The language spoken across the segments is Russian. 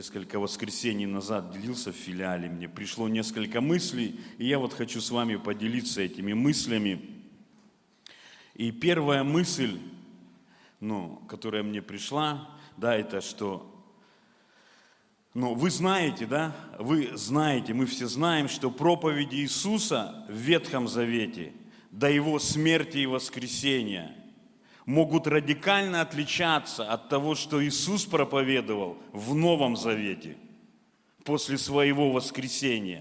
несколько воскресений назад делился в филиале, мне пришло несколько мыслей, и я вот хочу с вами поделиться этими мыслями. И первая мысль, которая мне пришла, это что, вы знаете, мы все знаем, что проповеди Иисуса в Ветхом Завете до Его смерти и воскресения могут радикально отличаться от того, что Иисус проповедовал в Новом Завете после Своего воскресения.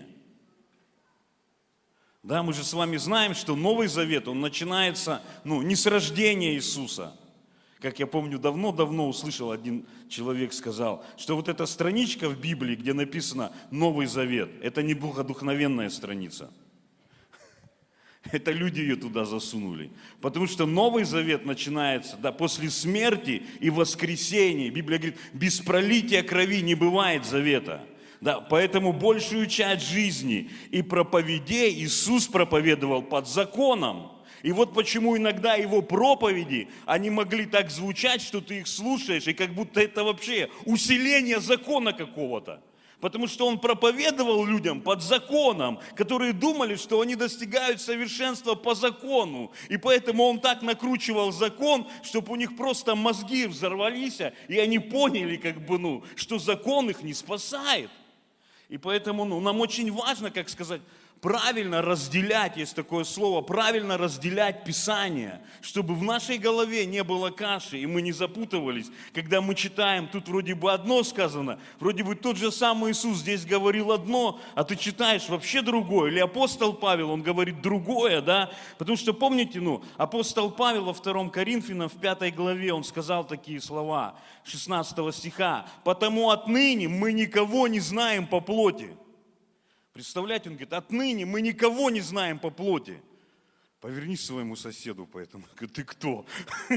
Да, мы же с вами знаем, что Новый Завет, он начинается, не с рождения Иисуса. Как я помню, давно услышал, один человек сказал, что вот эта страничка в Библии, где написано Новый Завет, это не богодухновенная страница. Это люди ее туда засунули. Потому что Новый Завет начинается после смерти и воскресения. Библия говорит, без пролития крови не бывает завета. Поэтому большую часть жизни и проповедей Иисус проповедовал под законом. И вот почему иногда Его проповеди, они могли так звучать, что ты их слушаешь, и как будто это вообще усиление закона какого-то. Потому что Он проповедовал людям под законом, которые думали, что они достигают совершенства по закону. И поэтому Он так накручивал закон, чтобы у них просто мозги взорвались, и они поняли, что закон их не спасает. И поэтому нам очень важно, правильно разделять, есть такое слово, правильно разделять Писание, чтобы в нашей голове не было каши, и мы не запутывались. Когда мы читаем, тут вроде бы одно сказано, вроде бы тот же самый Иисус здесь говорил одно, а ты читаешь вообще другое. Или апостол Павел, он говорит другое, Потому что, помните, апостол Павел во 2 Коринфянам, в 5 главе, он сказал такие слова, 16 стиха, «Потому отныне мы никого не знаем по плоти». Представляете, он говорит, отныне мы никого не знаем по плоти. Повернись своему соседу поэтому. Ты кто?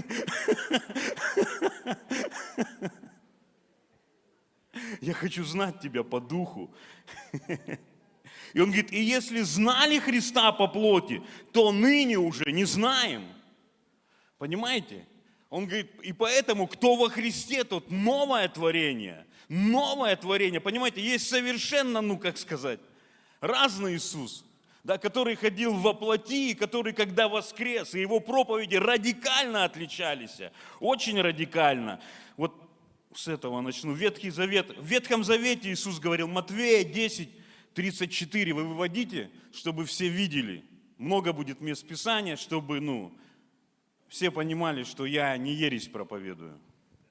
Я хочу знать тебя по духу. И он говорит, и если знали Христа по плоти, то ныне уже не знаем. Понимаете? Он говорит, и поэтому, кто во Христе, тот новое творение. Новое творение. Понимаете, есть совершенно, разный Иисус, который ходил во плоти, который когда воскрес, и Его проповеди радикально отличались, очень радикально. Вот с этого начну. Ветхий Завет. В Ветхом Завете Иисус говорил, Матвея 10:34, вы выводите, чтобы все видели. Много будет мест Писания, чтобы, все понимали, что я не ересь проповедую.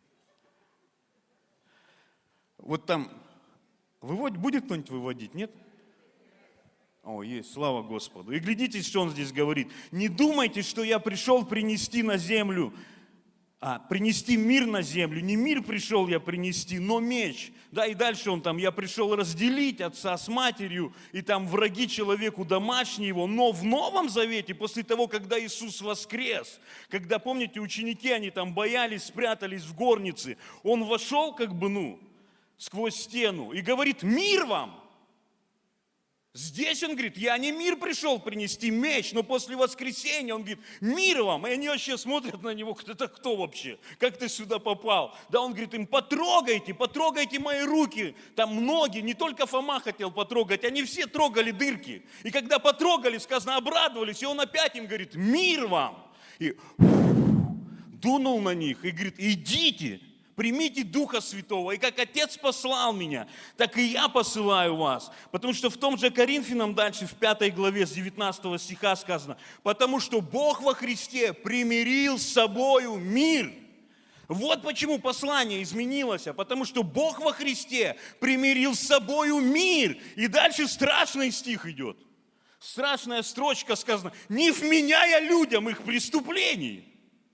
Вот там, будет кто-нибудь выводить, нет? О, есть, слава Господу. И глядите, что Он здесь говорит. Не думайте, что я пришел принести на землю, принести мир на землю. Не мир пришел я принести, но меч. И дальше он я пришел разделить отца с матерью, и враги человеку домашние его. Но в Новом Завете, после того, когда Иисус воскрес, когда, помните, ученики, они боялись, спрятались в горнице, Он вошел, сквозь стену и говорит, мир вам. Здесь Он говорит, я не мир пришел принести, меч, но после воскресения Он говорит, мир вам. И они вообще смотрят на Него, это кто вообще? Как ты сюда попал? Он говорит им, потрогайте мои руки. Там многие, не только Фома хотел потрогать, они все трогали дырки. И когда потрогали, сказано, обрадовались, и Он опять им говорит, мир вам. И дунул на них и говорит, идите. Примите Духа Святого, и как Отец послал меня, так и я посылаю вас. Потому что в том же Коринфянам дальше, в 5 главе, с 19 стиха сказано, потому что Бог во Христе примирил с собою мир. Вот почему послание изменилось, потому что Бог во Христе примирил с собою мир. И дальше страшный стих идет. Страшная строчка сказана, не вменяя людям их преступлений.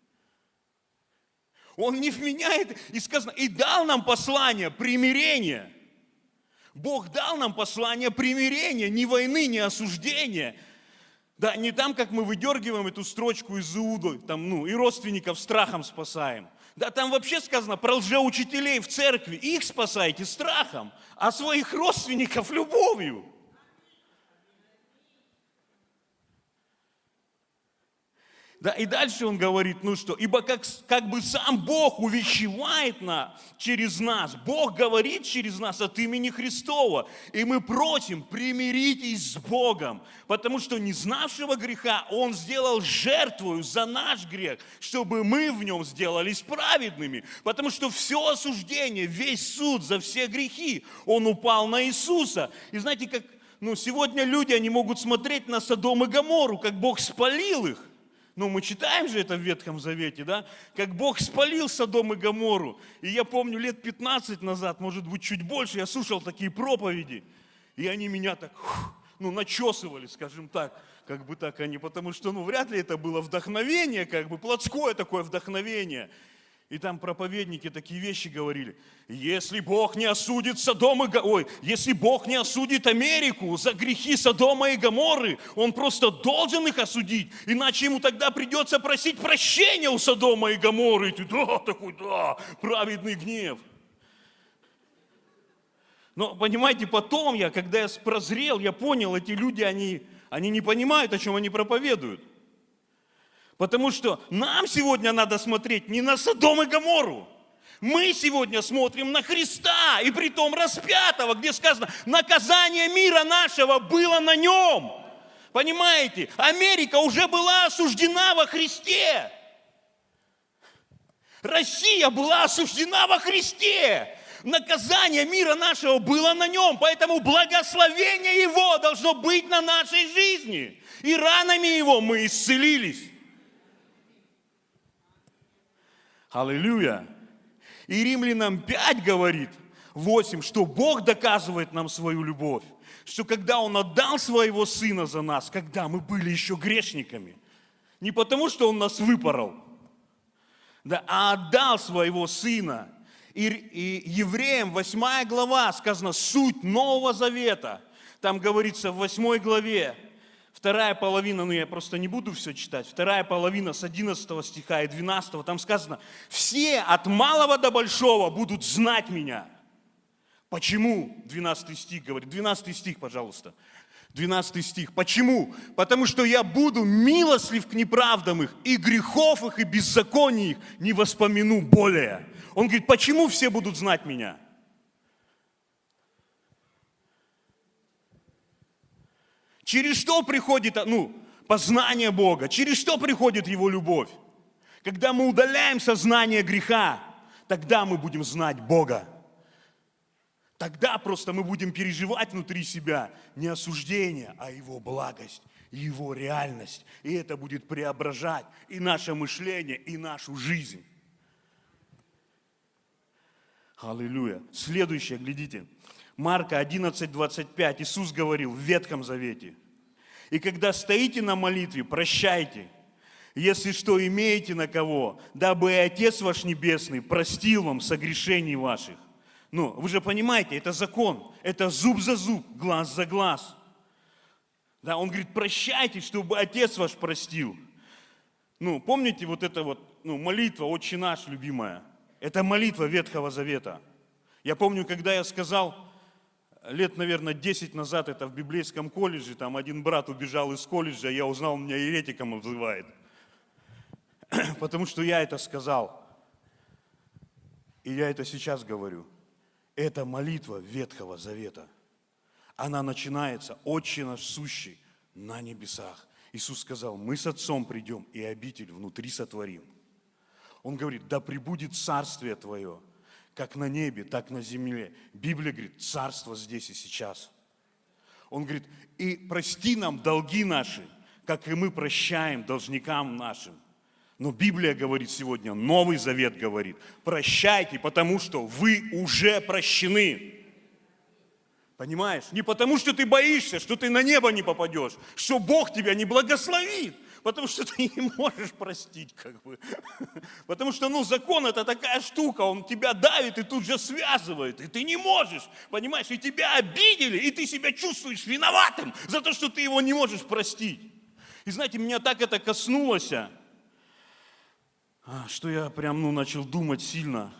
Он не вменяет, и сказано, и дал нам послание примирения. Бог дал нам послание примирения, ни войны, ни осуждения. Не там, как мы выдергиваем эту строчку из Иуды, и родственников страхом спасаем. Там вообще сказано про лжеучителей в церкви, их спасайте страхом, а своих родственников любовью. Да, и дальше он говорит, ну что, ибо как бы сам Бог увещевает через нас, Бог говорит через нас от имени Христова, и мы просим, примиритесь с Богом, потому что не знавшего греха Он сделал жертвою за наш грех, чтобы мы в нем сделались праведными, потому что все осуждение, весь суд за все грехи, он упал на Иисуса. И знаете, как сегодня люди, они могут смотреть на Содом и Гоморру, как Бог спалил их. Мы читаем же это в Ветхом Завете, да? Как Бог спалил Содом и Гоморру. И я помню, лет 15 назад, может быть, чуть больше, я слушал такие проповеди. И они меня так, начесывали, скажем так. Как бы так они, потому что, вряд ли это было вдохновение, плотское такое вдохновение. И там проповедники такие вещи говорили. Если Бог не осудит если Бог не осудит Америку за грехи Содома и Гоморры, Он просто должен их осудить, иначе Ему тогда придется просить прощения у Содома и Гоморры. И ты, праведный гнев. Но, понимаете, потом когда я прозрел, я понял, эти люди, они не понимают, о чем они проповедуют. Потому что нам сегодня надо смотреть не на Содом и Гоморру. Мы сегодня смотрим на Христа, и притом распятого, где сказано, наказание мира нашего было на нем. Понимаете? Америка уже была осуждена во Христе. Россия была осуждена во Христе. Наказание мира нашего было на нем, поэтому благословение Его должно быть на нашей жизни. И ранами Его мы исцелились. Аллилуйя. И Римлянам 5 говорит, 8, что Бог доказывает нам свою любовь. Что когда Он отдал Своего Сына за нас, когда мы были еще грешниками, не потому, что Он нас выпорол, да, а отдал Своего Сына. И Евреям 8 глава сказано, суть Нового Завета. Там говорится в 8 главе, вторая половина, я просто не буду все читать, вторая половина с 11 стиха и 12, там сказано, все от малого до большого будут знать меня. Почему? 12 стих говорит, 12 стих, пожалуйста. 12 стих. Почему? Потому что я буду милостлив к неправдам их, и грехов их, и беззаконий их не воспомяну более. Он говорит, почему все будут знать меня? Через что приходит, познание Бога? Через что приходит Его любовь? Когда мы удаляем сознание греха, тогда мы будем знать Бога. Тогда просто мы будем переживать внутри себя не осуждение, а Его благость, Его реальность. И это будет преображать и наше мышление, и нашу жизнь. Аллилуйя. Следующее, глядите. Марка 11:25. Иисус говорил в Ветхом Завете. И когда стоите на молитве, прощайте, если что имеете на кого, дабы и Отец ваш Небесный простил вам согрешений ваших. Вы же понимаете, это закон, это зуб за зуб, глаз за глаз. Да, он говорит, прощайте, чтобы Отец ваш простил. Помните молитва «Отче наш» любимая? Это молитва Ветхого Завета. Я помню, когда я сказал, лет, наверное, 10 назад, это в библейском колледже, там один брат убежал из колледжа, я узнал, он меня еретиком обзывает. Потому что я это сказал. И я это сейчас говорю. Это молитва Ветхого Завета. Она начинается, «Отче наш сущий на небесах». Иисус сказал, мы с Отцом придем и обитель внутри сотворим. Он говорит, да пребудет царствие Твое, как на небе, так на земле. Библия говорит, царство здесь и сейчас. Он говорит, и прости нам долги наши, как и мы прощаем должникам нашим. Но Библия говорит сегодня, Новый Завет говорит, прощайте, потому что вы уже прощены. Понимаешь? Не потому, что ты боишься, что ты на небо не попадешь, что Бог тебя не благословит, потому что ты не можешь простить, Потому что, закон это такая штука, он тебя давит и тут же связывает, и ты не можешь, понимаешь? И тебя обидели, и ты себя чувствуешь виноватым за то, что ты его не можешь простить. И знаете, меня так это коснулось, что я прям, начал думать сильно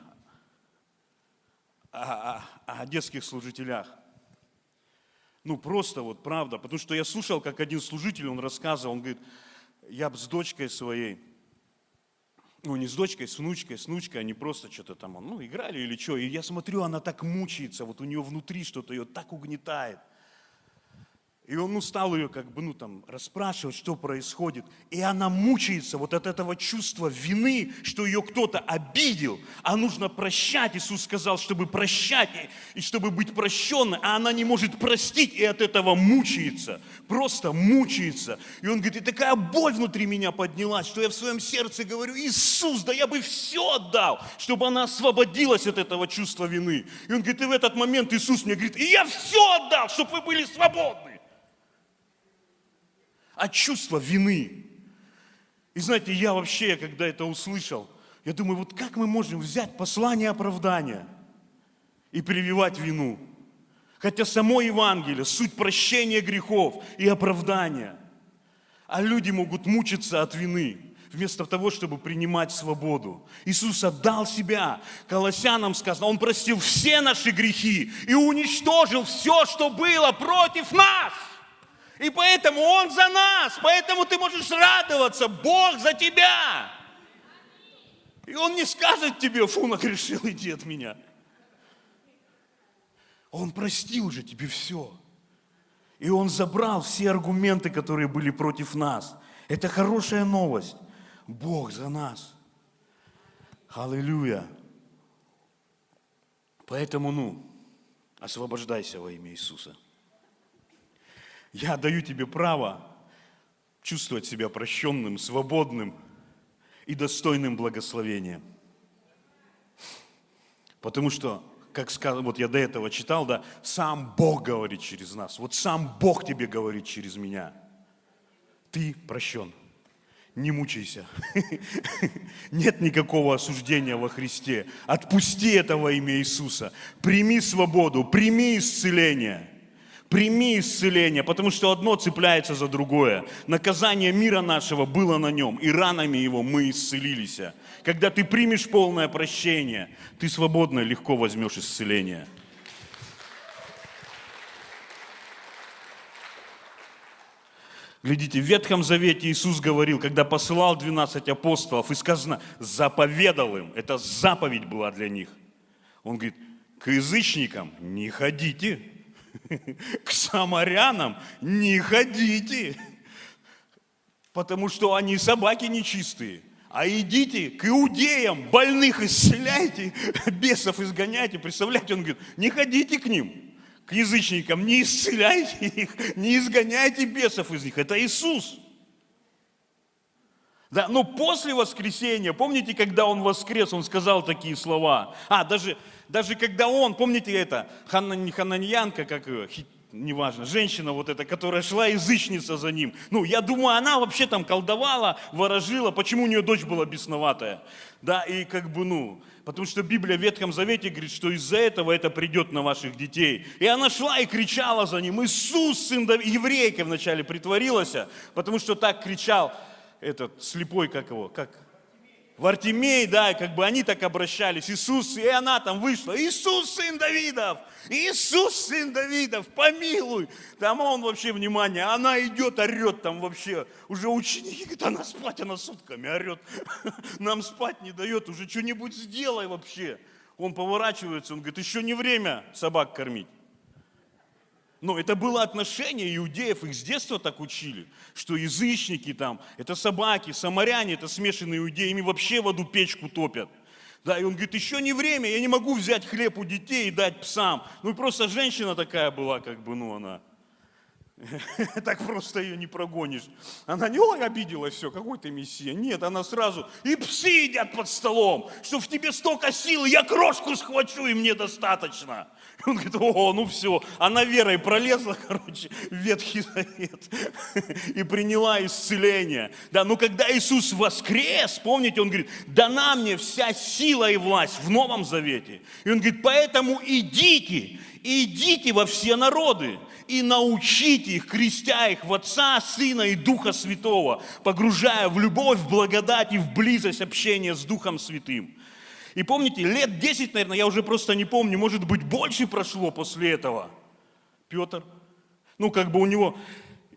о детских служителях. Просто правда, потому что я слушал, как один служитель, он рассказывал, он говорит, я с дочкой своей, ну не с дочкой, с внучкой, они просто что-то там, ну играли или что, и я смотрю, она так мучается, вот у нее внутри что-то ее так угнетает. И он стал ее как бы, расспрашивать, что происходит. И она мучается вот от этого чувства вины, что ее кто-то обидел. А нужно прощать. Иисус сказал, чтобы прощать и чтобы быть прощенной. А она не может простить и от этого мучается. Просто мучается. И он говорит, и такая боль внутри меня поднялась, что я в своем сердце говорю, Иисус, да я бы все отдал, чтобы она освободилась от этого чувства вины. И он говорит, и в этот момент Иисус мне говорит, и я все отдал, чтобы вы были свободны. От чувства вины. И знаете, я когда это услышал, я думаю, вот как мы можем взять послание оправдания и прививать вину? Хотя само Евангелие, суть прощения грехов и оправдания. А люди могут мучиться от вины, вместо того, чтобы принимать свободу. Иисус отдал себя. Колоссянам сказано, Он простил все наши грехи и уничтожил все, что было против нас. И поэтому Он за нас, поэтому ты можешь радоваться, Бог за тебя. И Он не скажет тебе, фу, нагрешил, иди от меня. Он простил же тебе все. И Он забрал все аргументы, которые были против нас. Это хорошая новость. Бог за нас. Аллилуйя. Поэтому, освобождайся во имя Иисуса. Я даю тебе право чувствовать себя прощенным, свободным и достойным благословения. Потому что, как сказано, вот я до этого читал, да, сам Бог говорит через нас. Вот сам Бог тебе говорит через меня. Ты прощен. Не мучайся. Нет никакого осуждения во Христе. Отпусти это во имя Иисуса. Прими свободу, прими исцеление. Прими исцеление, потому что одно цепляется за другое. Наказание мира нашего было на нем, и ранами его мы исцелились. Когда ты примешь полное прощение, ты свободно и легко возьмешь исцеление. Глядите, в Ветхом Завете Иисус говорил, когда посылал 12 апостолов, и сказано, заповедал им, это заповедь была для них. Он говорит, к язычникам не ходите. К самарянам не ходите, потому что они собаки нечистые. А идите к иудеям, больных исцеляйте, бесов изгоняйте. Представляете, он говорит, не ходите к ним, к язычникам, не исцеляйте их, не изгоняйте бесов из них. Это Иисус. Да, но после воскресения, помните, когда Он воскрес, Он сказал такие слова. Даже когда Он, помните это, хананьянка, как ее, неважно, женщина вот эта, которая шла язычница за Ним. Я думаю, она вообще там колдовала, ворожила, почему у нее дочь была бесноватая. Да, и потому что Библия в Ветхом Завете говорит, что из-за этого это придет на ваших детей. И она шла и кричала за Ним, Иисус, сын Давида, еврейка вначале притворилась, потому что так кричал этот слепой, Вартимей, да, они так обращались, Иисус, и она там вышла, Иисус, сын Давидов, Иисус, сын Давидов, помилуй. Там он вообще, внимание, она идет, орет там вообще, уже ученики, говорит, она спать, она сутками орет, нам спать не дает, уже что-нибудь сделай вообще. Он поворачивается, он говорит, еще не время собак кормить. Но это было отношение иудеев, их с детства так учили, что язычники там, это собаки, самаряне, это смешанные иудеи, ими вообще в аду печку топят. Да, и он говорит, еще не время, я не могу взять хлеб у детей и дать псам. И просто женщина такая была, она, так просто ее не прогонишь. Она не, обиделась, все, какой ты мессия. Нет, она сразу, и псы едят под столом, что в тебе столько силы, я крошку схвачу, и мне достаточно. И он говорит, все. Она верой пролезла, в Ветхий Завет и приняла исцеление. Да, но когда Иисус воскрес, помните, Он говорит, дана мне вся сила и власть в Новом Завете. И Он говорит, поэтому идите во все народы и научите их, крестя их в Отца, Сына и Духа Святого, погружая в любовь, в благодать и в близость общения с Духом Святым. И помните, лет 10, наверное, я уже просто не помню, может быть, больше прошло после этого. Петр, у него,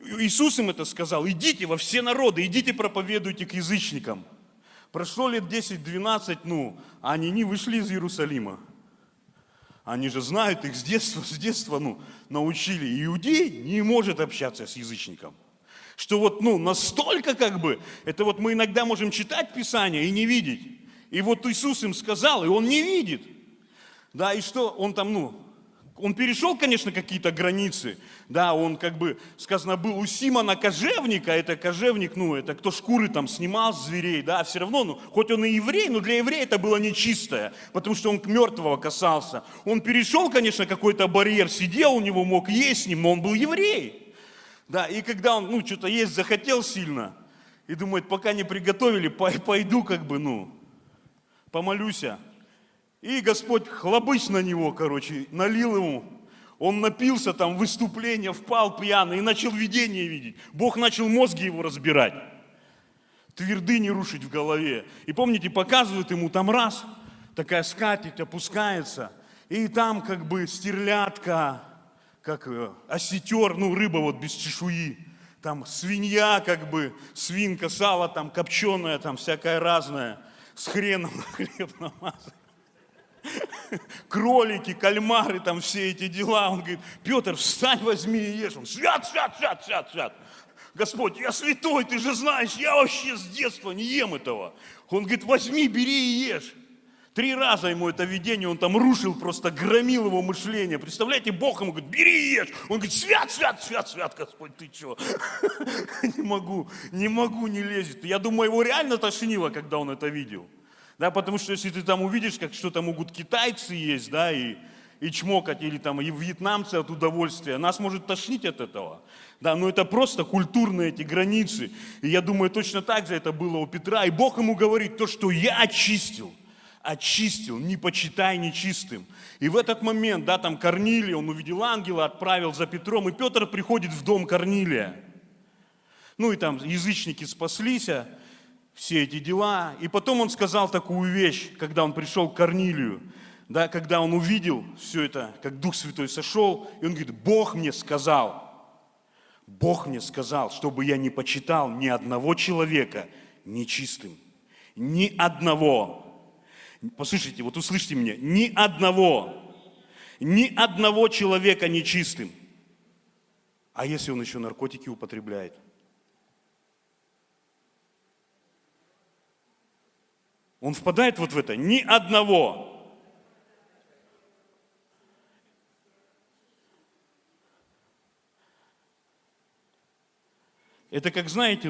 Иисус им это сказал: идите во все народы, идите проповедуйте к язычникам. Прошло лет 10-12, они не вышли из Иерусалима. Они же знают, их с детства научили. Иудей не может общаться с язычником. Что настолько это мы иногда можем читать Писание и не видеть. И вот Иисус им сказал, и он не видит. Да, и что он там, он перешел, конечно, какие-то границы. Да, он сказано был у Симона кожевника, это кожевник, это кто шкуры там снимал с зверей, да, все равно, хоть он и еврей, но для еврея это было нечистое, потому что он к мертвого касался. Он перешел, конечно, какой-то барьер, сидел у него, мог есть с ним, но он был еврей. Да, и когда он, что-то есть захотел сильно, и думает, пока не приготовили, пойду помолюсь. И Господь хлобысь на него, налил ему. Он напился там, выступление, впал пьяный и начал видение видеть. Бог начал мозги его разбирать. Твердыни рушить в голове. И помните, показывают ему там раз, такая скатерть опускается, и там стерлядка, как осетер, рыба без чешуи. Там свинья, свинка, сало там копченое, там всякое разное, с хреном на хлеб намазать. Кролики, кальмары, там все эти дела. Он говорит: Петр, встань, возьми и ешь. Он: свят. Господь, я святой, ты же знаешь, я вообще с детства не ем этого. Он говорит: возьми, бери и ешь. 3 раза ему это видение, он там рушил, просто громил его мышление. Представляете, Бог ему говорит: бери и ешь. Он говорит: свят, Господь, ты что? Не могу, не лезет. Я думаю, его реально тошнило, когда он это видел. Да, потому что если ты там увидишь, как что-то могут китайцы есть, да, и чмокать, или там и вьетнамцы от удовольствия, нас может тошнить от этого. Да, но это просто культурные эти границы. И я думаю, точно так же это было у Петра. И Бог ему говорит: то, что я очистил, не почитай нечистым. И в этот момент, да, там Корнилий, он увидел ангела, отправил за Петром, и Петр приходит в дом Корнилия. И там язычники спаслись, все эти дела. И потом он сказал такую вещь, когда он пришел к Корнилию, да, когда он увидел все это, как Дух Святой сошел, и он говорит: Бог мне сказал, чтобы я не почитал ни одного человека нечистым. Ни одного. Послушайте, услышьте меня. Ни одного человека нечистым. А если он еще наркотики употребляет? Он впадает в это? Ни одного. Это как, знаете,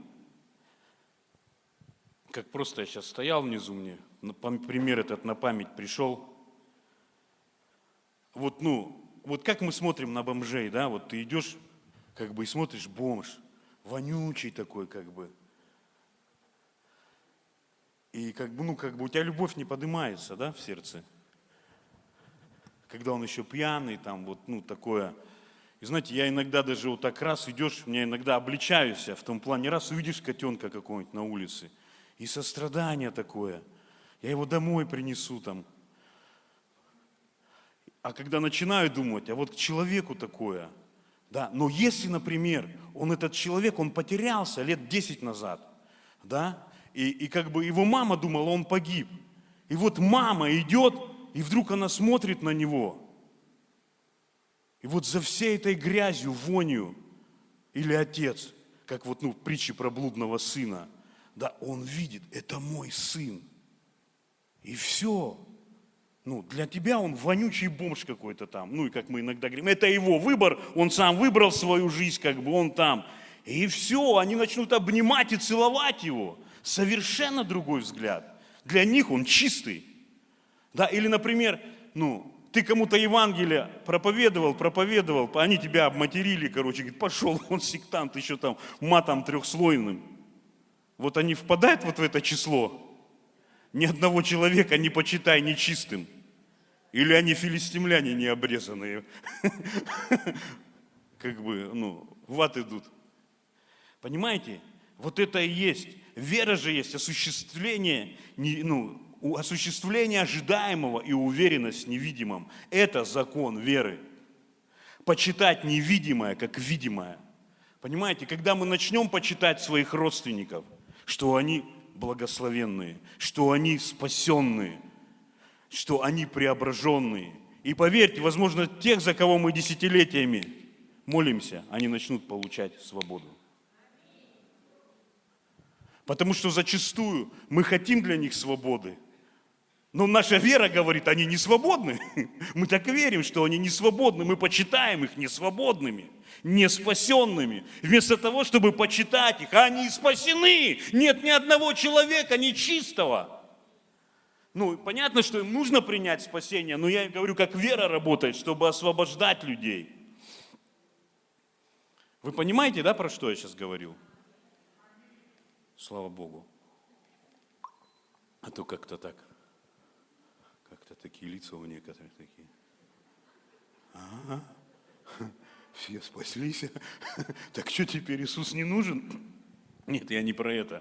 как просто я сейчас стоял внизу, мне пример этот на память пришел. Вот как мы смотрим на бомжей, да, ты идешь, и смотришь: бомж, вонючий такой, И у тебя любовь не поднимается, да, в сердце. Когда он еще пьяный, там такое. И знаете, я иногда даже так раз идешь, меня иногда обличаюсь в том плане, раз увидишь котенка какого-нибудь на улице, и сострадание такое. Я его домой принесу там. А когда начинаю думать, а к человеку такое, да, но если, например, этот человек, он потерялся лет 10 назад, да, и его мама думала, он погиб. И мама идет, и вдруг она смотрит на него. И за всей этой грязью, вонью, или отец, как в притче про блудного сына, да, он видит: это мой сын. И все. Для тебя он вонючий бомж какой-то там. И как мы иногда говорим, это его выбор, он сам выбрал свою жизнь, он там. И все, они начнут обнимать и целовать его. Совершенно другой взгляд. Для них он чистый. Да, или, например, ты кому-то Евангелие проповедовал, они тебя обматерили, говорит: пошел, он сектант, еще там матом 3-слойным. Они впадают в это число. Ни одного человека не почитай нечистым. Или они филистимляне необрезанные. В ад идут. Понимаете? Это и есть. Вера же есть осуществление, осуществление ожидаемого и уверенность в невидимом. Это закон веры. Почитать невидимое, как видимое. Понимаете, когда мы начнем почитать своих родственников, что они благословенные, что они спасенные, что они преображенные. И поверьте, возможно, тех, за кого мы десятилетиями молимся, они начнут получать свободу. Потому что зачастую мы хотим для них свободы, но наша вера говорит, они не свободны. Мы так верим, что они не свободны, мы почитаем их несвободными, не спасенными. Вместо того, чтобы почитать их, они спасены. Нет ни одного человека нечистого. Понятно, что им нужно принять спасение, но я говорю, как вера работает, чтобы освобождать людей. Вы понимаете, да, про что я сейчас говорю? Слава Богу. А то как-то такие лица у некоторых такие. Все спаслись. Так что теперь Иисус не нужен? Нет, я не про это.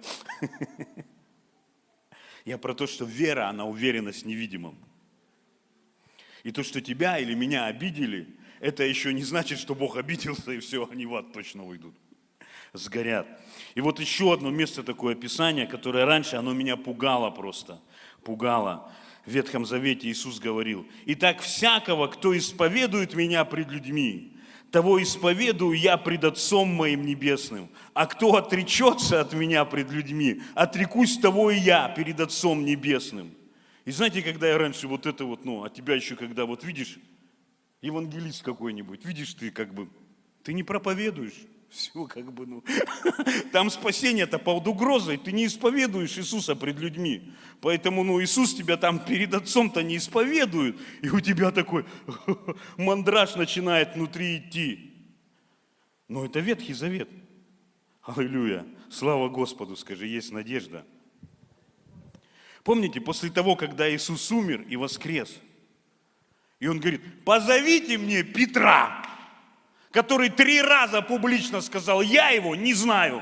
Я про то, что вера, она уверенность в невидимом. И то, что тебя или меня обидели, это еще не значит, что Бог обиделся, и все, они в ад точно уйдут. Сгорят. И вот еще одно место такое описание, которое раньше, оно меня пугало просто. Пугало. В Ветхом Завете Иисус говорил: «Итак, всякого, кто исповедует меня пред людьми, того исповедую я пред Отцом моим Небесным. А кто отречется от меня пред людьми, отрекусь того и я перед Отцом Небесным». И знаете, когда я раньше а тебя еще когда видишь, евангелист какой-нибудь, видишь ты не проповедуешь. Все там спасение-то под угрозой, ты не исповедуешь Иисуса пред людьми. Поэтому, Иисус тебя там перед Отцом-то не исповедует, и у тебя такой мандраж начинает внутри идти. Но это Ветхий Завет. Аллилуйя. Слава Господу, скажи, есть надежда. Помните, после того, когда Иисус умер и воскрес, и Он говорит: позовите мне Петра, который 3 раза публично сказал: я его не знаю.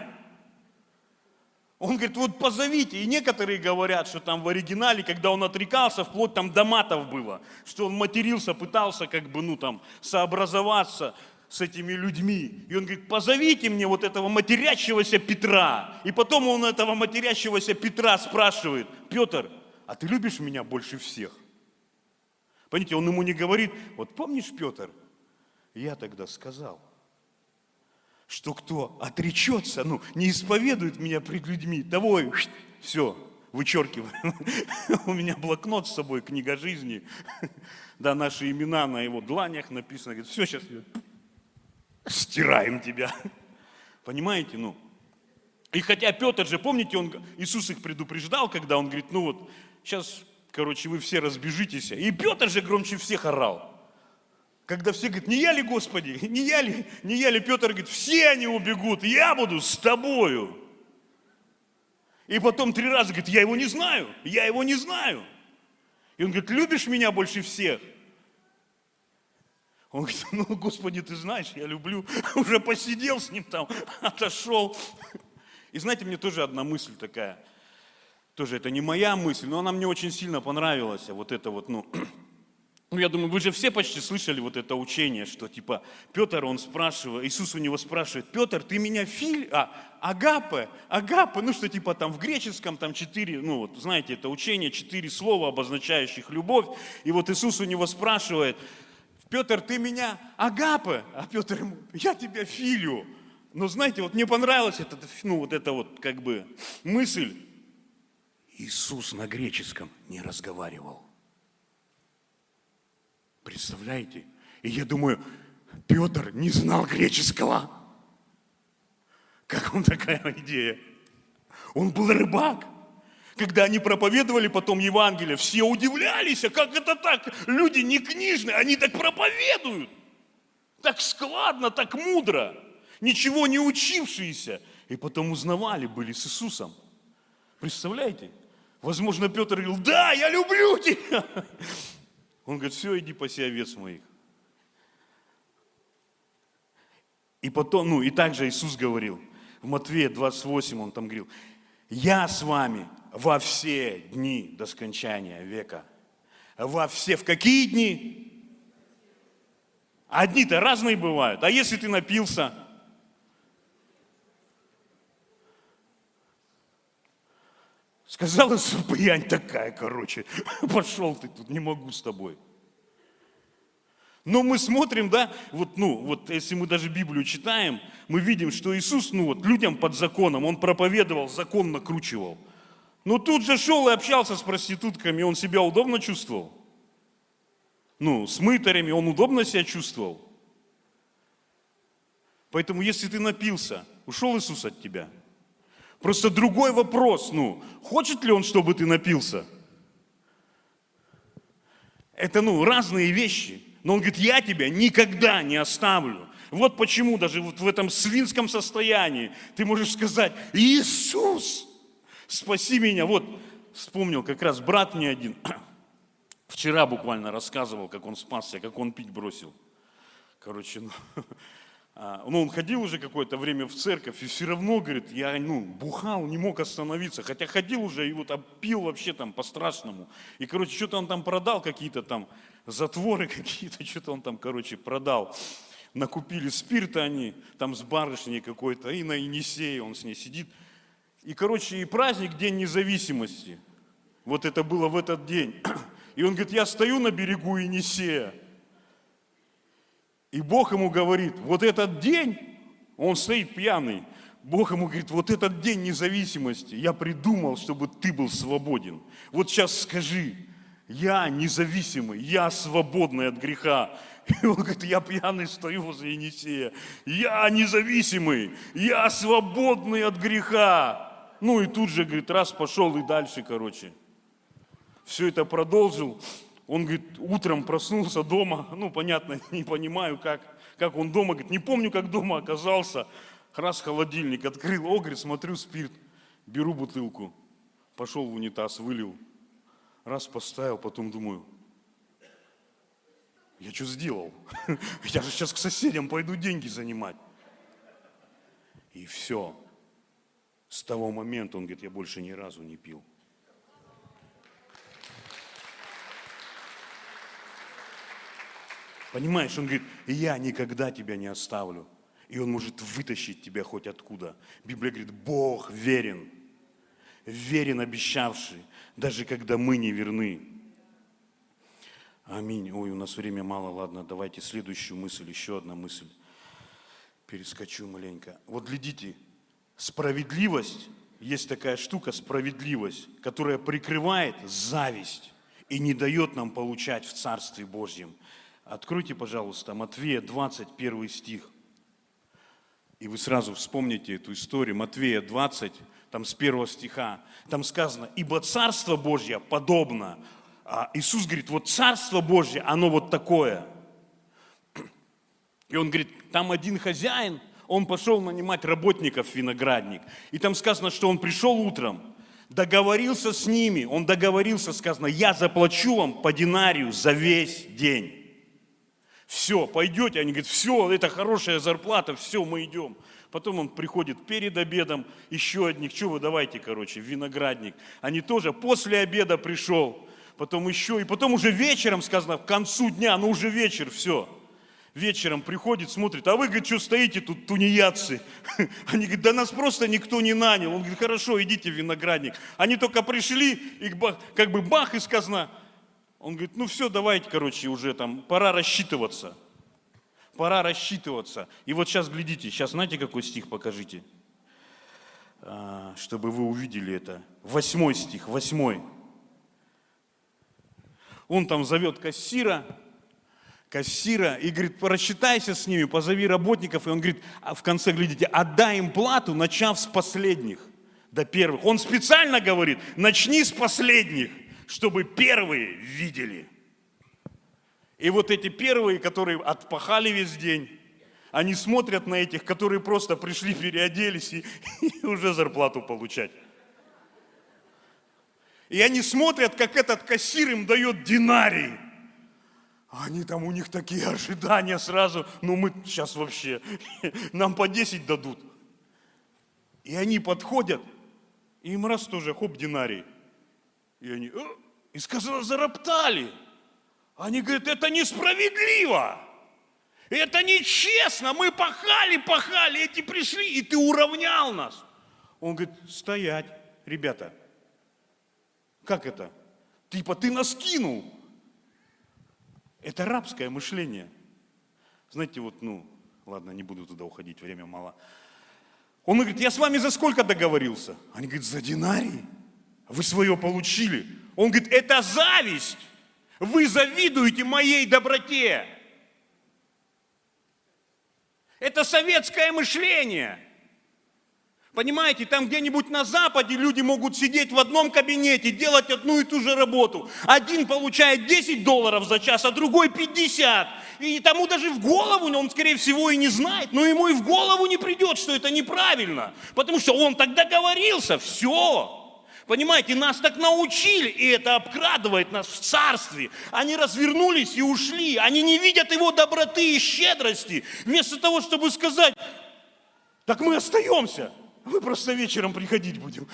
Он говорит: вот позовите. И некоторые говорят, что там в оригинале, когда он отрекался, вплоть там до матов было, что он матерился, пытался сообразоваться с этими людьми. И он говорит: позовите мне вот этого матерящегося Петра. И потом он этого матерящегося Петра спрашивает: Петр, а ты любишь меня больше всех? Понимаете, он ему не говорит: вот помнишь, Петр, я тогда сказал, что кто отречется, не исповедует меня пред людьми, того и все, вычеркиваю. У меня блокнот с собой, книга жизни. Да, наши имена на его дланях написано. Говорит: все, сейчас стираем тебя. Понимаете, И хотя Петр же, помните, Иисус их предупреждал, когда он говорит: сейчас, вы все разбежитесь. И Петр же громче всех орал. Когда все говорят: не я ли, Господи, не я ли, Петр говорит: все они убегут, я буду с тобою. И потом 3 раза говорит: я его не знаю. И он говорит: любишь меня больше всех? Он говорит: Господи, ты знаешь, я люблю. Уже посидел с ним там, отошел. И знаете, мне тоже одна мысль такая, тоже это не моя мысль, но она мне очень сильно понравилась, я думаю, вы же все почти слышали это учение, что Петр, он спрашивает, Иисус у него спрашивает: Петр, ты меня агапе, там в греческом 4, знаете, это учение, 4 слова, обозначающих любовь. И Иисус у него спрашивает: Петр, ты меня агапе, а Петр ему: я тебя филию. Но знаете, мне понравилась эта мысль. Иисус на греческом не разговаривал. Представляете? И я думаю, Петр не знал греческого. Как вам такая идея? Он был рыбак. Когда они проповедовали потом Евангелие, все удивлялись: а как это так? Люди не книжные, они так проповедуют. Так складно, так мудро. Ничего не учившиеся. И потом узнавали, были с Иисусом. Представляете? Возможно, Петр говорил: да, я люблю тебя. Он говорит: все, иди паси овец моих. И потом, и также Иисус говорил, в Матфея 28 он там говорил: я с вами во все дни до скончания века. В какие дни? А дни-то разные бывают. А если ты напился? Сказала, что пьянь такая, короче. Пошел ты тут, не могу с тобой. Но мы смотрим, да, вот если мы даже Библию читаем, мы видим, что Иисус, людям под законом, Он проповедовал, закон накручивал. Но тут же шел и общался с проститутками, он себя удобно чувствовал. С мытарями он удобно себя чувствовал. Поэтому, если ты напился, ушел Иисус от тебя. Просто другой вопрос, хочет ли Он, чтобы ты напился? Это, разные вещи. Но Он говорит, я тебя никогда не оставлю. Вот почему даже вот в этом свинском состоянии ты можешь сказать, Иисус, спаси меня. Вот вспомнил как раз брат мне один, вчера буквально рассказывал, как он спасся, как он пить бросил. Короче, он ходил уже какое-то время в церковь, и все равно, говорит, я бухал, не мог остановиться, хотя ходил уже и пил вообще там по-страшному. И, короче, что-то он там продал, какие-то там затворы какие-то, что-то он там, продал. Накупили спирта они, там с барышней какой-то, и на Енисее он с ней сидит. И, и праздник День независимости. Вот это было в этот день. И он говорит, я стою на берегу Енисея. И Бог ему говорит, вот этот день, он стоит пьяный, Бог ему говорит, вот этот день независимости я придумал, чтобы ты был свободен. Вот сейчас скажи, я независимый, я свободный от греха. И он говорит, я пьяный стою возле Енисея, я независимый, я свободный от греха. И тут же, говорит, раз пошел и дальше, Все это продолжил. Он, говорит, утром проснулся дома, понятно, не понимаю, как он дома, говорит, не помню, как дома оказался. Раз холодильник открыл, говорит, смотрю, спирт, беру бутылку, пошел в унитаз, вылил, раз поставил, потом думаю, я что сделал? Я же сейчас к соседям пойду деньги занимать. И все. С того момента, он говорит, я больше ни разу не пил. Понимаешь, он говорит, я никогда тебя не оставлю. И он может вытащить тебя хоть откуда. Библия говорит, Бог верен. Верен обещавший, даже когда мы не верны. Аминь. Ой, у нас время мало, ладно, давайте следующую мысль, еще одна мысль. Перескочу маленько. Вот глядите, справедливость, есть такая штука, справедливость, которая прикрывает зависть и не дает нам получать в Царстве Божьем. Откройте, пожалуйста, Матфея 21 стих. И вы сразу вспомните эту историю. Матфея 20, там с 1 стиха. Там сказано, ибо Царство Божье подобно. А Иисус говорит, вот Царство Божье, оно вот такое. И он говорит, там один хозяин, он пошел нанимать работников в виноградник. И там сказано, что он пришел утром, договорился с ними. Он договорился, сказано, я заплачу вам по динарию за весь день. Все, пойдете? Они говорят, все, это хорошая зарплата, все, мы идем. Потом он приходит перед обедом, еще одних, что вы давайте, в виноградник. Они тоже после обеда пришел, потом еще, и потом уже вечером, сказано, к концу дня, уже вечер, все. Вечером приходит, смотрит, а вы, говорит, что стоите тут, тунеядцы? Они говорят, да нас просто никто не нанял. Он говорит, хорошо, идите в виноградник. Они только пришли, и бах, и сказано, он говорит, все, давайте, уже там, пора рассчитываться. Пора рассчитываться. И вот сейчас глядите, сейчас знаете, какой стих покажите? Чтобы вы увидели это. 8 стих, 8. Он там зовет кассира, и говорит, рассчитайся с ними, позови работников. И он говорит, в конце, глядите, отдай им плату, начав с последних до первых. Он специально говорит, начни с последних, чтобы первые видели. И вот эти первые, которые отпахали весь день, они смотрят на этих, которые просто пришли, переоделись и уже зарплату получать. И они смотрят, как этот кассир им дает динарий. Они там, у них такие ожидания сразу, мы сейчас вообще, нам по 10 дадут. И они подходят, и им раз тоже, хоп, динарий. И они, и сказано, зароптали. Они говорят, это несправедливо, это нечестно, мы пахали, эти пришли, и ты уравнял нас. Он говорит, стоять, ребята, Как это? Типа ты нас кинул. Это рабское мышление. Знаете, вот, ладно, не буду туда уходить, время мало. Он говорит, я с вами за сколько договорился? Они говорят, за динарий. Вы свое получили. Он говорит, это зависть. Вы завидуете моей доброте. Это советское мышление. Понимаете, там где-нибудь на Западе люди могут сидеть в одном кабинете, делать одну и ту же работу. Один получает $10 за час, а другой 50. И тому даже в голову, он, скорее всего, и не знает, но ему и в голову не придет, что это неправильно. Потому что он так договорился, все. Понимаете, нас так научили, и это обкрадывает нас в царстве. Они развернулись и ушли. Они не видят его доброты и щедрости. Вместо того, чтобы сказать, так мы остаемся. Мы просто вечером приходить будем.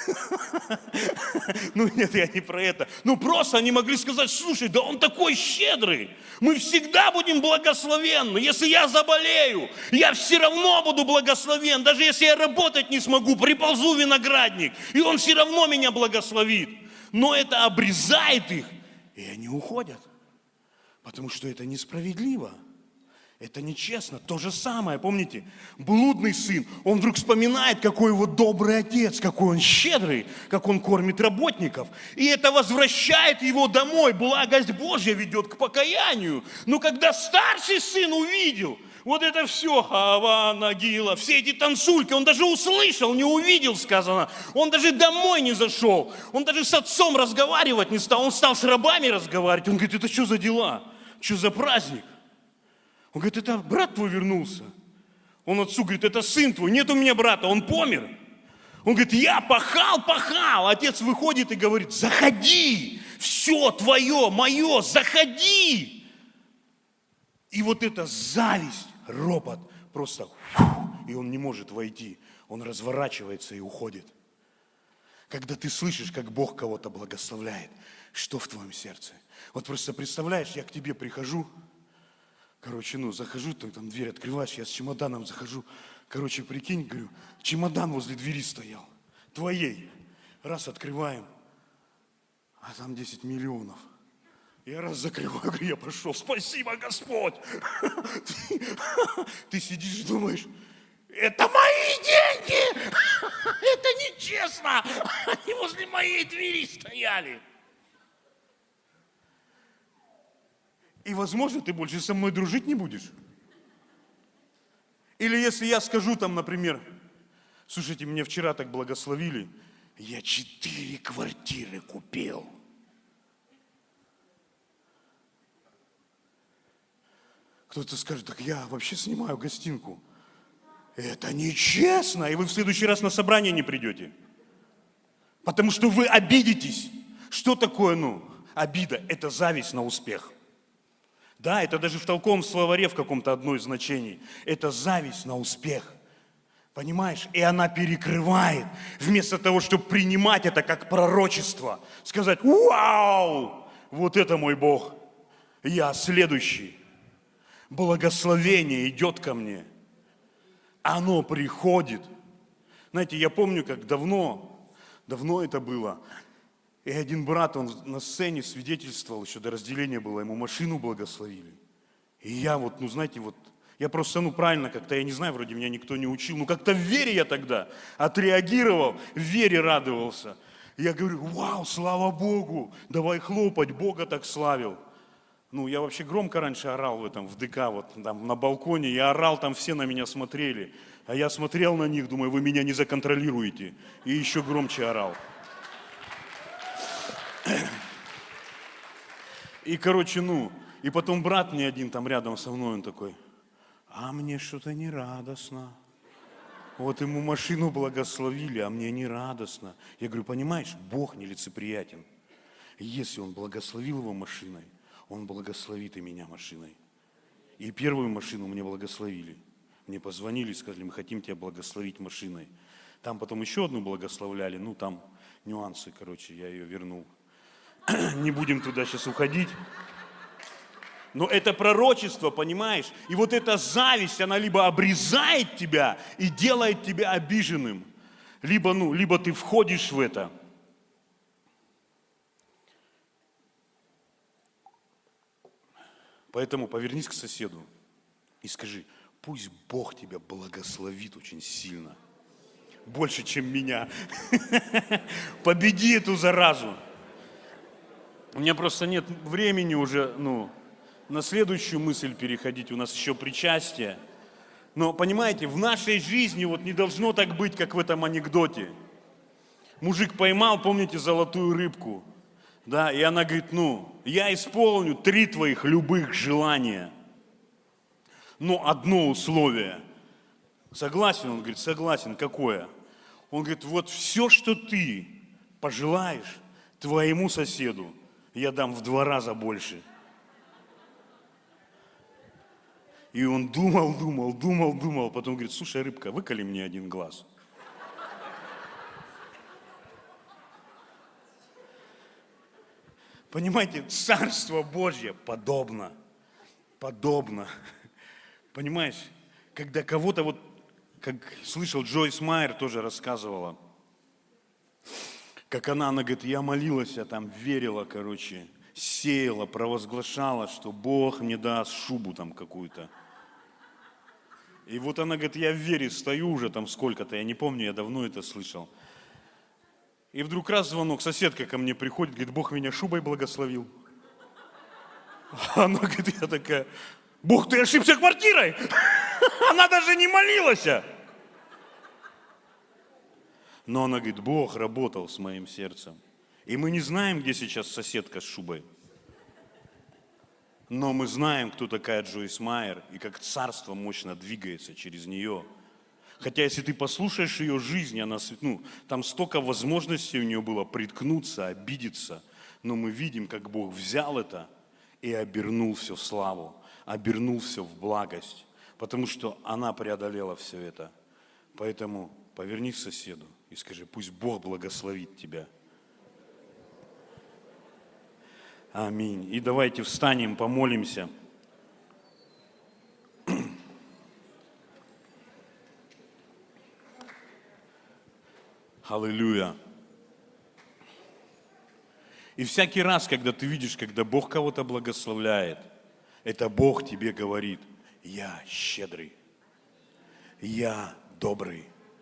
Нет, я не про это. Просто они могли сказать, слушай, да он такой щедрый. Мы всегда будем благословенны. Если я заболею, я все равно буду благословен. Даже если я работать не смогу, приползу в виноградник, и он все равно меня благословит. Но это обрезает их, и они уходят. Потому что это несправедливо. Это нечестно. То же самое, помните, блудный сын, он вдруг вспоминает, какой его добрый отец, какой он щедрый, как он кормит работников. И это возвращает его домой. Благость Божья ведет к покаянию. Но когда старший сын увидел, вот это все, Хава, Нагила, все эти танцульки, он даже услышал, не увидел, сказано. Он даже домой не зашел. Он даже с отцом разговаривать не стал. Он стал с рабами разговаривать. Он говорит, это что за дела? Что за праздник? Он говорит, это брат твой вернулся. Он отцу говорит, это сын твой. Нет у меня брата, он помер. Он говорит, я пахал. Отец выходит и говорит, заходи, все твое, мое, заходи. И вот эта зависть, ропот, просто, и он не может войти. Он разворачивается и уходит. Когда ты слышишь, как Бог кого-то благословляет, что в твоем сердце? Вот просто представляешь, я к тебе прихожу, захожу, там дверь открываешь, я с чемоданом захожу. Прикинь, говорю, чемодан возле двери стоял, твоей. Раз открываем, а там 10 миллионов. Я раз закрываю, говорю, я пошел, спасибо, Господь. Ты сидишь и думаешь, это мои деньги, это нечестно, они возле моей двери стояли. И, возможно, ты больше со мной дружить не будешь. Или если я скажу там, например, слушайте, меня вчера так благословили, я 4 квартиры купил. Кто-то скажет, так я вообще снимаю гостинку. Это нечестно, и вы в следующий раз на собрание не придете. Потому что вы обидитесь. Что такое, обида? Это зависть на успех. Да, это даже в толковом словаре в каком-то одно из значений. Это зависть на успех. Понимаешь? И она перекрывает. Вместо того, чтобы принимать это как пророчество. Сказать, вау, вот это мой Бог. Я следующий. Благословение идет ко мне. Оно приходит. Знаете, я помню, как давно это было. И один брат, он на сцене свидетельствовал, еще до разделения было, ему машину благословили. И я я просто, правильно как-то, я не знаю, вроде меня никто не учил, как-то в вере я тогда отреагировал, в вере радовался. И я говорю, вау, слава Богу, давай хлопать, Бога так славил. Я вообще громко раньше орал в ДК, там на балконе, я орал, там все на меня смотрели. А я смотрел на них, думаю, вы меня не законтролируете. И еще громче орал. И, и потом брат мне один там рядом со мной, он такой, а мне что-то не радостно. Вот ему машину благословили, а мне не радостно. Я говорю, понимаешь, Бог нелицеприятен. Если Он благословил его машиной, Он благословит и меня машиной. И первую машину мне благословили. Мне позвонили, сказали, мы хотим тебя благословить машиной. Там потом еще одну благословляли, там нюансы, я ее вернул. Не будем туда сейчас уходить. Но это пророчество, понимаешь? И вот эта зависть, она либо обрезает тебя и делает тебя обиженным, либо ты входишь в это. Поэтому повернись к соседу и скажи: пусть Бог тебя благословит очень сильно. Больше, чем меня. Победи эту заразу. У меня просто нет времени уже, на следующую мысль переходить. У нас еще причастие. Но, понимаете, в нашей жизни не должно так быть, как в этом анекдоте. Мужик поймал, помните, золотую рыбку. Да, и она говорит: я исполню 3 твоих любых желания. Но одно условие. Согласен? Он говорит: согласен. Какое? Он говорит: вот все, что ты пожелаешь твоему соседу, я дам в 2 раза больше. И он думал, потом говорит: слушай, рыбка, выколи мне 1 глаз. Понимаете, Царство Божье подобно. Понимаешь, когда кого-то, как слышал, Джойс Майер тоже рассказывала, как она говорит: я молилась, верила, сеяла, провозглашала, что Бог мне даст шубу какую-то. И она говорит: я в вере стою уже сколько-то, я не помню, я давно это слышал. И вдруг раз звонок, соседка ко мне приходит, говорит: Бог меня шубой благословил. Она говорит, я такая: Бог, ты ошибся квартирой? Она даже не молилась. Но она говорит: Бог работал с моим сердцем. И мы не знаем, где сейчас соседка с шубой. Но мы знаем, кто такая Джойс Майер и как царство мощно двигается через нее. Хотя, если ты послушаешь ее жизнь, она, там столько возможностей у нее было приткнуться, обидеться. Но мы видим, как Бог взял это и обернул все в славу, обернул все в благость. Потому что она преодолела все это. Поэтому повернись к соседу и скажи: пусть Бог благословит тебя. Аминь. И давайте встанем, помолимся. Аллилуйя. И всякий раз, когда ты видишь, когда Бог кого-то благословляет, это Бог тебе говорит: я щедрый, я добрый.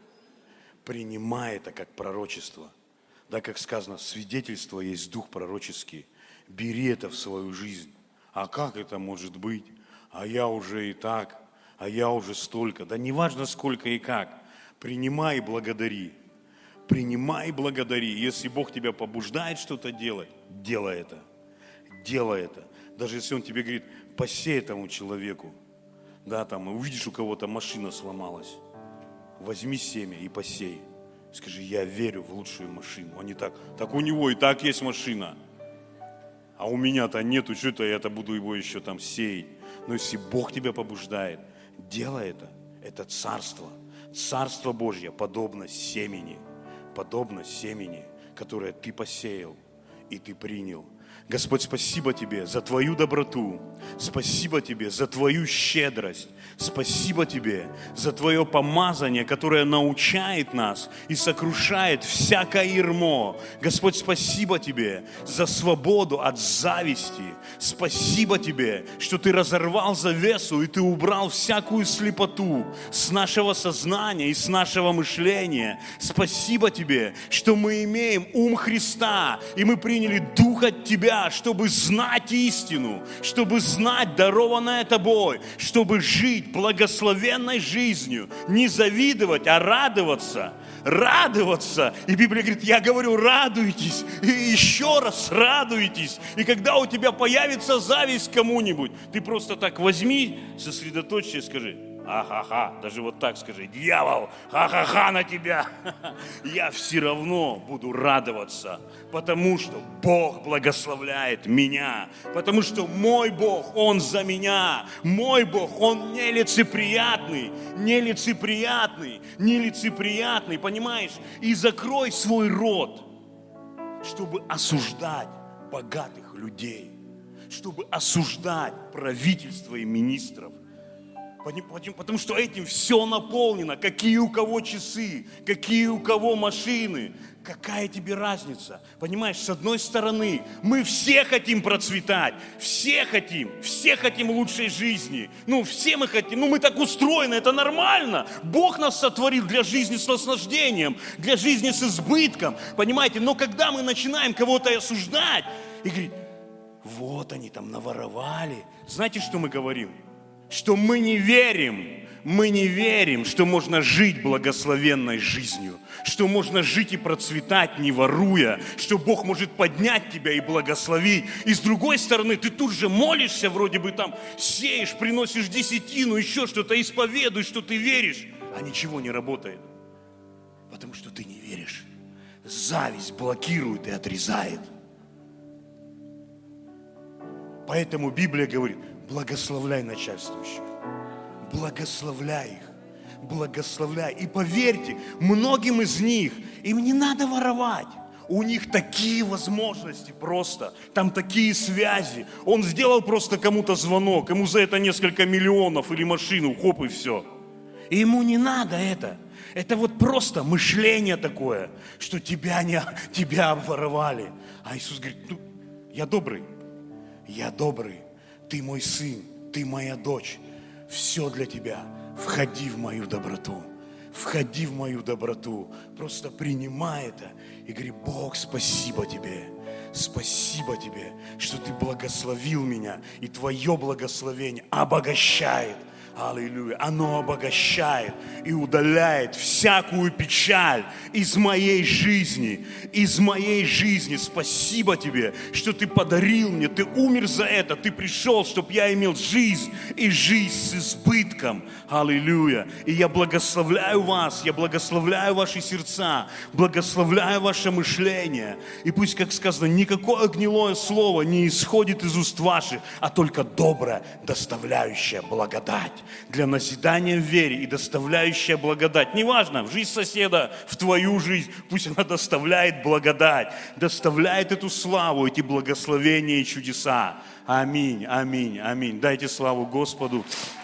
Принимай это как пророчество. Да, как сказано, свидетельство есть дух пророческий. Бери это в свою жизнь. А как это может быть? А я уже и так, а я уже столько. Да не важно сколько и как. Принимай и благодари. Принимай и благодари. Если Бог тебя побуждает что-то делать, делай это. Делай это. Даже если Он тебе говорит: посей этому человеку. Да, увидишь, у кого-то машина сломалась. Возьми семя и посей. Скажи: я верю в лучшую машину. А не так у него и так есть машина. А у меня-то нету, что это я буду его еще сеять. Но если Бог тебя побуждает, делай это. Это царство. Царство Божье подобно семени, которое ты посеял и ты принял. Господь, спасибо Тебе за Твою доброту, спасибо Тебе за Твою щедрость, спасибо Тебе за Твое помазание, которое научает нас и сокрушает всякое ярмо. Господь, спасибо Тебе за свободу от зависти, спасибо Тебе, что Ты разорвал завесу и Ты убрал всякую слепоту с нашего сознания и с нашего мышления. Спасибо Тебе, что мы имеем ум Христа и мы приняли Дух от Тебя, чтобы знать истину, чтобы знать дарованное Тобой, чтобы жить благословенной жизнью, не завидовать, а радоваться. Радоваться. И Библия говорит: я говорю, радуйтесь, и еще раз радуйтесь. И когда у тебя появится зависть к кому-нибудь, ты просто так возьми, сосредоточься и скажи: ха-ха-ха, даже вот так скажи: дьявол, ха-ха-ха на тебя. Я все равно буду радоваться, потому что Бог благословляет меня, потому что мой Бог, Он за меня, мой Бог, Он нелицеприятный, понимаешь? И закрой свой рот, чтобы осуждать богатых людей, чтобы осуждать правительство и министров. Потому что этим все наполнено. Какие у кого часы, какие у кого машины. Какая тебе разница? Понимаешь, с одной стороны, мы все хотим процветать, все хотим лучшей жизни. Все мы хотим, мы так устроены, это нормально. Бог нас сотворил для жизни с наслаждением, для жизни с избытком, понимаете? Но когда мы начинаем кого-то осуждать и говорить, вот они там наворовали, знаете, что мы говорим? Что мы не верим, что можно жить благословенной жизнью, что можно жить и процветать, не воруя, что Бог может поднять тебя и благословить. И с другой стороны, ты тут же молишься, вроде бы там сеешь, приносишь десятину, еще что-то, исповедуешь, что ты веришь, а ничего не работает, потому что ты не веришь. Зависть блокирует и отрезает. Поэтому Библия говорит, благословляй начальствующих, благословляй их, благословляй. И поверьте, многим из них, им не надо воровать. У них такие возможности просто, там такие связи. Он сделал просто кому-то звонок, ему за это несколько миллионов или машину, хоп, и все. И ему не надо это. Это вот просто мышление такое, что тебя обворовали. А Иисус говорит, я добрый, ты мой сын, ты моя дочь, все для тебя. Входи в мою доброту, просто принимай это и говори, Бог, спасибо тебе, что ты благословил меня, и твое благословение обогащает. Аллилуйя. Оно обогащает и удаляет всякую печаль из моей жизни. Спасибо тебе, что ты подарил мне, ты умер за это, ты пришел, чтобы я имел жизнь и жизнь с избытком. Аллилуйя. И я благословляю вас, я благословляю ваши сердца, благословляю ваше мышление. И пусть, как сказано, никакое гнилое слово не исходит из уст ваших, а только доброе, доставляющее благодать. Для назидания в вере и доставляющая благодать. Неважно, в жизнь соседа, в твою жизнь, пусть она доставляет благодать, доставляет эту славу, эти благословения и чудеса. Аминь, аминь, аминь. Дайте славу Господу.